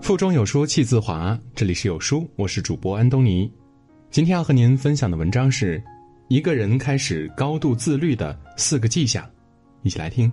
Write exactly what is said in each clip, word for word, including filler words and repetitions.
腹中有书气自华，这里是有书，我是主播安东尼。今天要和您分享的文章是一个人开始高度自律的四个迹象，一起来听。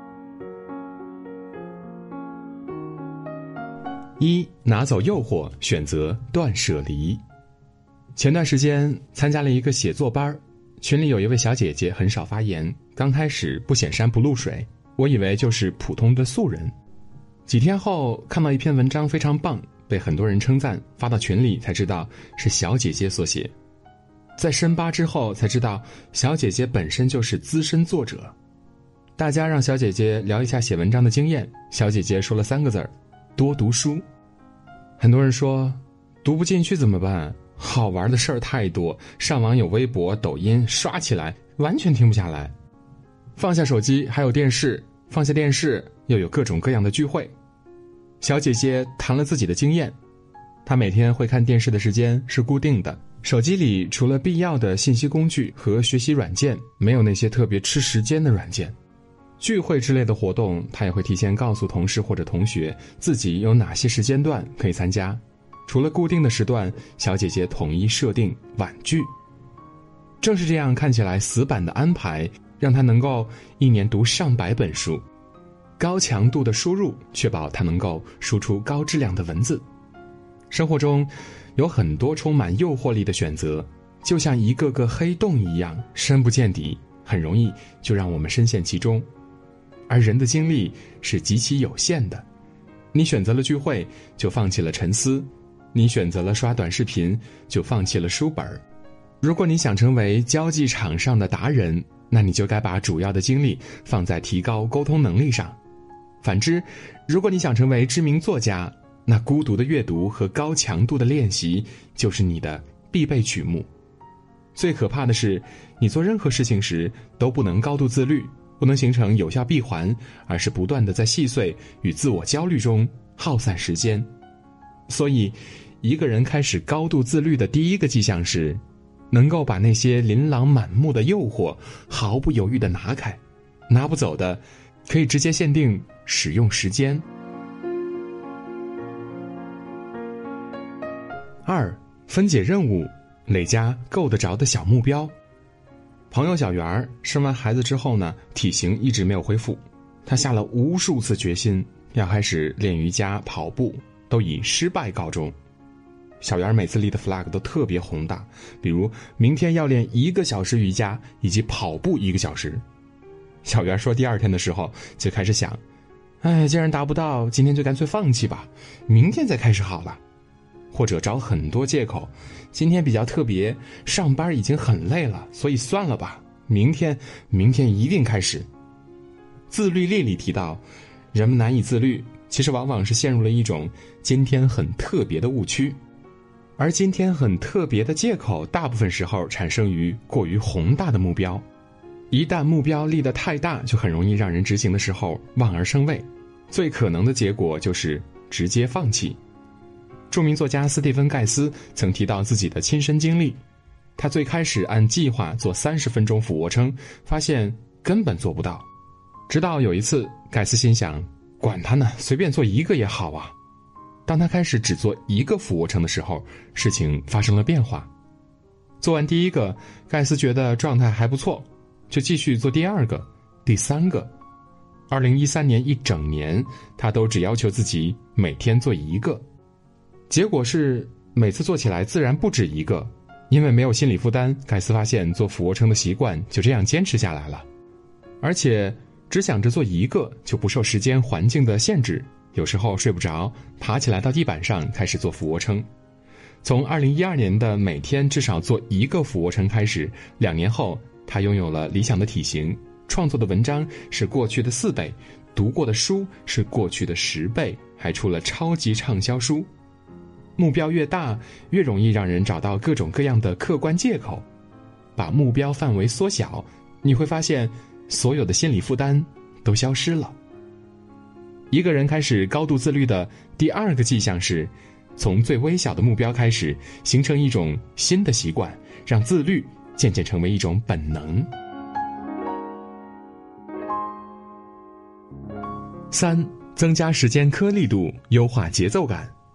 一、拿走诱惑，选择断舍离。前段时间参加了一个写作班，群里有一位小姐姐很少发言，刚开始不显山不露水，我以为就是普通的素人。几天后看到一篇文章非常棒，被很多人称赞，发到群里才知道是小姐姐所写。在深扒之后才知道小姐姐本身就是资深作者。大家让小姐姐聊一下写文章的经验，小姐姐说了三个字儿：多读书。很多人说读不进去怎么办？好玩的事儿太多，上网有微博抖音刷起来完全停不下来。放下手机还有电视，放下电视又有各种各样的聚会。小姐姐谈了自己的经验，她每天会看电视的时间是固定的，手机里除了必要的信息工具和学习软件，没有那些特别吃时间的软件。聚会之类的活动，她也会提前告诉同事或者同学自己有哪些时间段可以参加。除了固定的时段，小姐姐统一设定晚聚。正是这样看起来死板的安排，让她能够一年读上百本书。高强度的输入，确保它能够输出高质量的文字。生活中有很多充满诱惑力的选择，就像一个个黑洞一样，深不见底，很容易就让我们深陷其中。而人的精力是极其有限的，你选择了聚会，就放弃了沉思；你选择了刷短视频，就放弃了书本。如果你想成为交际场上的达人，那你就该把主要的精力放在提高沟通能力上。反之，如果你想成为知名作家，那孤独的阅读和高强度的练习就是你的必备曲目。最可怕的是，你做任何事情时都不能高度自律，不能形成有效闭环，而是不断地在细碎与自我焦虑中耗散时间。所以，一个人开始高度自律的第一个迹象是，能够把那些琳琅满目的诱惑毫不犹豫地拿开，拿不走的可以直接限定使用时间。二、分解任务，累加够得着的小目标。朋友小圆生完孩子之后呢，体型一直没有恢复，她下了无数次决心要开始练瑜伽跑步，都以失败告终。小圆每次立的 flag 都特别宏大，比如明天要练一个小时瑜伽以及跑步一个小时。小圆说第二天的时候就开始想，哎，既然达不到，今天就干脆放弃吧，明天再开始好了。或者找很多借口，今天比较特别，上班已经很累了，所以算了吧，明天明天一定开始。自律力里提到，人们难以自律，其实往往是陷入了一种今天很特别的误区。而今天很特别的借口，大部分时候产生于过于宏大的目标。一旦目标立得太大，就很容易让人执行的时候望而生畏，最可能的结果就是直接放弃。著名作家斯蒂芬·盖斯曾提到自己的亲身经历，他最开始按计划做三十分钟俯卧撑，发现根本做不到。直到有一次，盖斯心想，管他呢，随便做一个也好啊。当他开始只做一个俯卧撑的时候，事情发生了变化。做完第一个，盖斯觉得状态还不错，就继续做第二个、第三个。二零一三年一整年，他都只要求自己每天做一个。结果是每次做起来自然不止一个，因为没有心理负担，盖斯发现做俯卧撑的习惯就这样坚持下来了。而且只想着做一个，就不受时间环境的限制，有时候睡不着，爬起来到地板上开始做俯卧撑。从二零一二年的每天至少做一个俯卧撑开始，两年后他拥有了理想的体型，创作的文章是过去的四倍，读过的书是过去的十倍，还出了超级畅销书。目标越大，越容易让人找到各种各样的客观借口。把目标范围缩小，你会发现所有的心理负担都消失了。一个人开始高度自律的第二个迹象是，从最微小的目标开始，形成一种新的习惯，让自律渐渐成为一种本能。三、增加时间颗粒度，优化节奏感。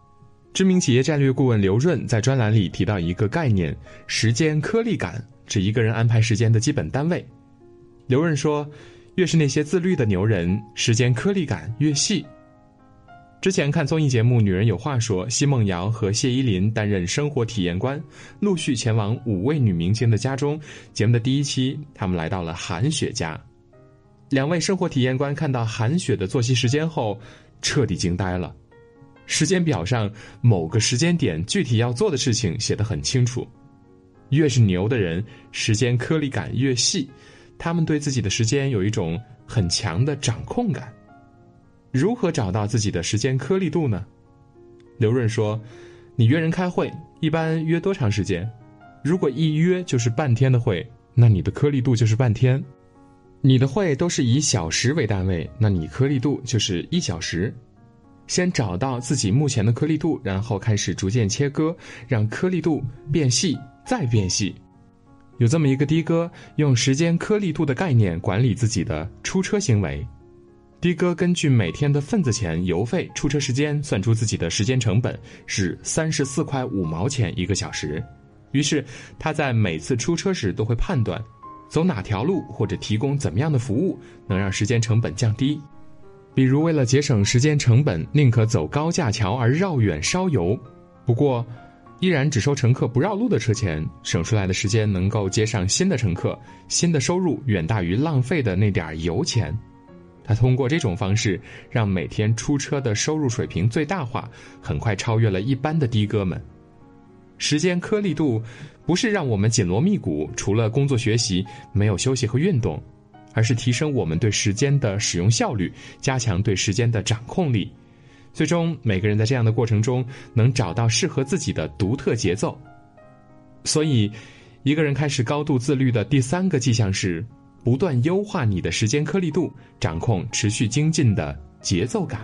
知名企业战略顾问刘润在专栏里提到一个概念，时间颗粒感，指一个人安排时间的基本单位。刘润说，越是那些自律的牛人，时间颗粒感越细。之前看综艺节目《女人有话说》，奚梦瑶和谢依霖担任生活体验官，陆续前往五位女明星的家中。节目的第一期，他们来到了韩雪家。两位生活体验官看到韩雪的作息时间后，彻底惊呆了。时间表上某个时间点具体要做的事情写得很清楚。越是牛的人，时间颗粒感越细，他们对自己的时间有一种很强的掌控感。如何找到自己的时间颗粒度呢？刘润说，你约人开会，一般约多长时间？如果一约就是半天的会，那你的颗粒度就是半天。你的会都是以小时为单位，那你颗粒度就是一小时。先找到自己目前的颗粒度，然后开始逐渐切割，让颗粒度变细，再变细。有这么一个的哥，用时间颗粒度的概念管理自己的出车行为。的哥根据每天的份子钱、油费、出车时间算出自己的时间成本是三十四块五毛钱一个小时。于是他在每次出车时都会判断，走哪条路或者提供怎么样的服务能让时间成本降低。比如为了节省时间成本，宁可走高架桥而绕远烧油，不过依然只收乘客不绕路的车钱，省出来的时间能够接上新的乘客，新的收入远大于浪费的那点油钱。他通过这种方式让每天出车的收入水平最大化，很快超越了一般的的哥们。时间颗粒度不是让我们紧锣密鼓，除了工作学习没有休息和运动，而是提升我们对时间的使用效率，加强对时间的掌控力。最终每个人在这样的过程中能找到适合自己的独特节奏。所以一个人开始高度自律的第三个迹象是不断优化你的时间颗粒度，掌控持续精进的节奏感。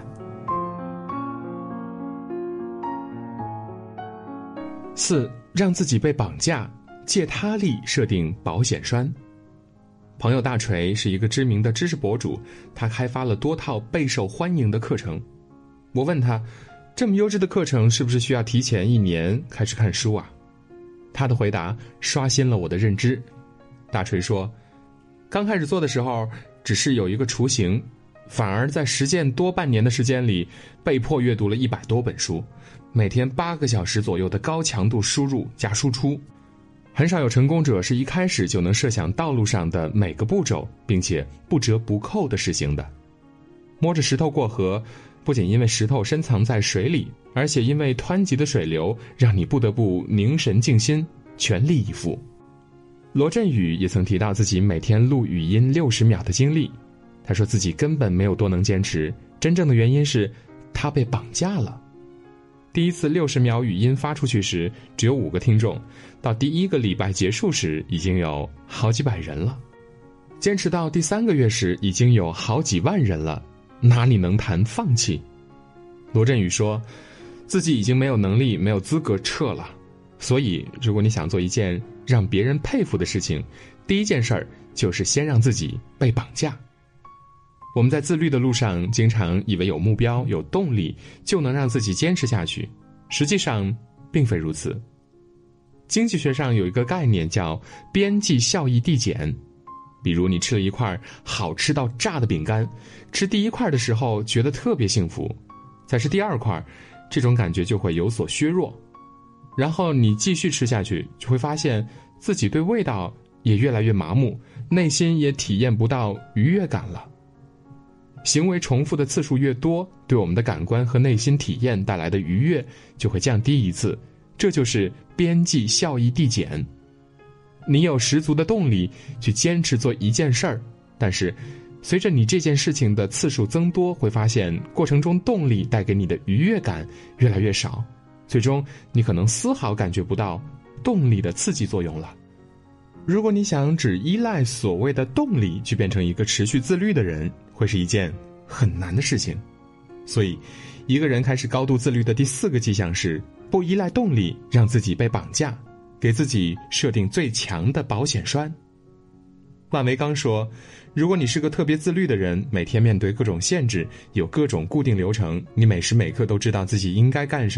四，让自己被绑架，借他力设定保险栓。朋友大锤是一个知名的知识博主，他开发了多套备受欢迎的课程。我问他，这么优质的课程是不是需要提前一年开始看书啊？他的回答刷新了我的认知。大锤说，刚开始做的时候只是有一个雏形，反而在实践多半年的时间里，被迫阅读了一百多本书，每天八个小时左右的高强度输入加输出。很少有成功者是一开始就能设想道路上的每个步骤，并且不折不扣地实行的。摸着石头过河，不仅因为石头深藏在水里，而且因为湍急的水流让你不得不凝神静心，全力以赴。罗振宇也曾提到自己每天录语音六十秒的经历，他说自己根本没有多能坚持，真正的原因是他被绑架了。第一次六十秒语音发出去时只有五个听众，到第一个礼拜结束时已经有好几百人了，坚持到第三个月时已经有好几万人了，哪里能谈放弃？罗振宇说自己已经没有能力没有资格撤了，所以如果你想做一件让别人佩服的事情，第一件事儿就是先让自己被绑架。我们在自律的路上经常以为有目标有动力就能让自己坚持下去，实际上并非如此。经济学上有一个概念叫边际效益递减。比如你吃了一块好吃到炸的饼干，吃第一块的时候觉得特别幸福，再吃第二块，这种感觉就会有所削弱，然后你继续吃下去，就会发现自己对味道也越来越麻木，内心也体验不到愉悦感了。行为重复的次数越多，对我们的感官和内心体验带来的愉悦就会降低一次，这就是边际效益递减。你有十足的动力去坚持做一件事儿，但是随着你这件事情的次数增多，会发现过程中动力带给你的愉悦感越来越少，最终你可能丝毫感觉不到动力的刺激作用了。如果你想只依赖所谓的动力去变成一个持续自律的人，会是一件很难的事情。所以一个人开始高度自律的第四个迹象是不依赖动力，让自己被绑架，给自己设定最强的保险栓。万维刚说，如果你是个特别自律的人，每天面对各种限制，有各种固定流程，你每时每刻都知道自己应该干什么，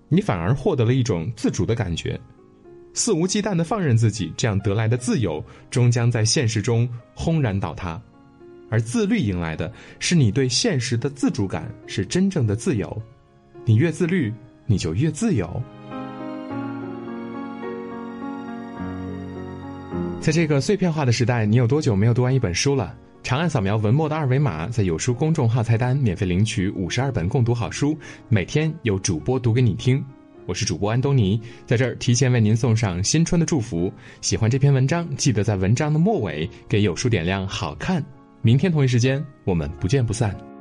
你反而获得了一种自主的感觉。肆无忌惮地放任自己，这样得来的自由终将在现实中轰然倒塌。而自律迎来的是你对现实的自主感，是真正的自由。你越自律，你就越自由。在这个碎片化的时代，你有多久没有读完一本书了？长按扫描文末的二维码，在有书公众号菜单免费领取五十二本共读好书，每天有主播读给你听。我是主播安东尼，在这儿提前为您送上新春的祝福。喜欢这篇文章，记得在文章的末尾给有书点亮好看。明天同一时间，我们不见不散。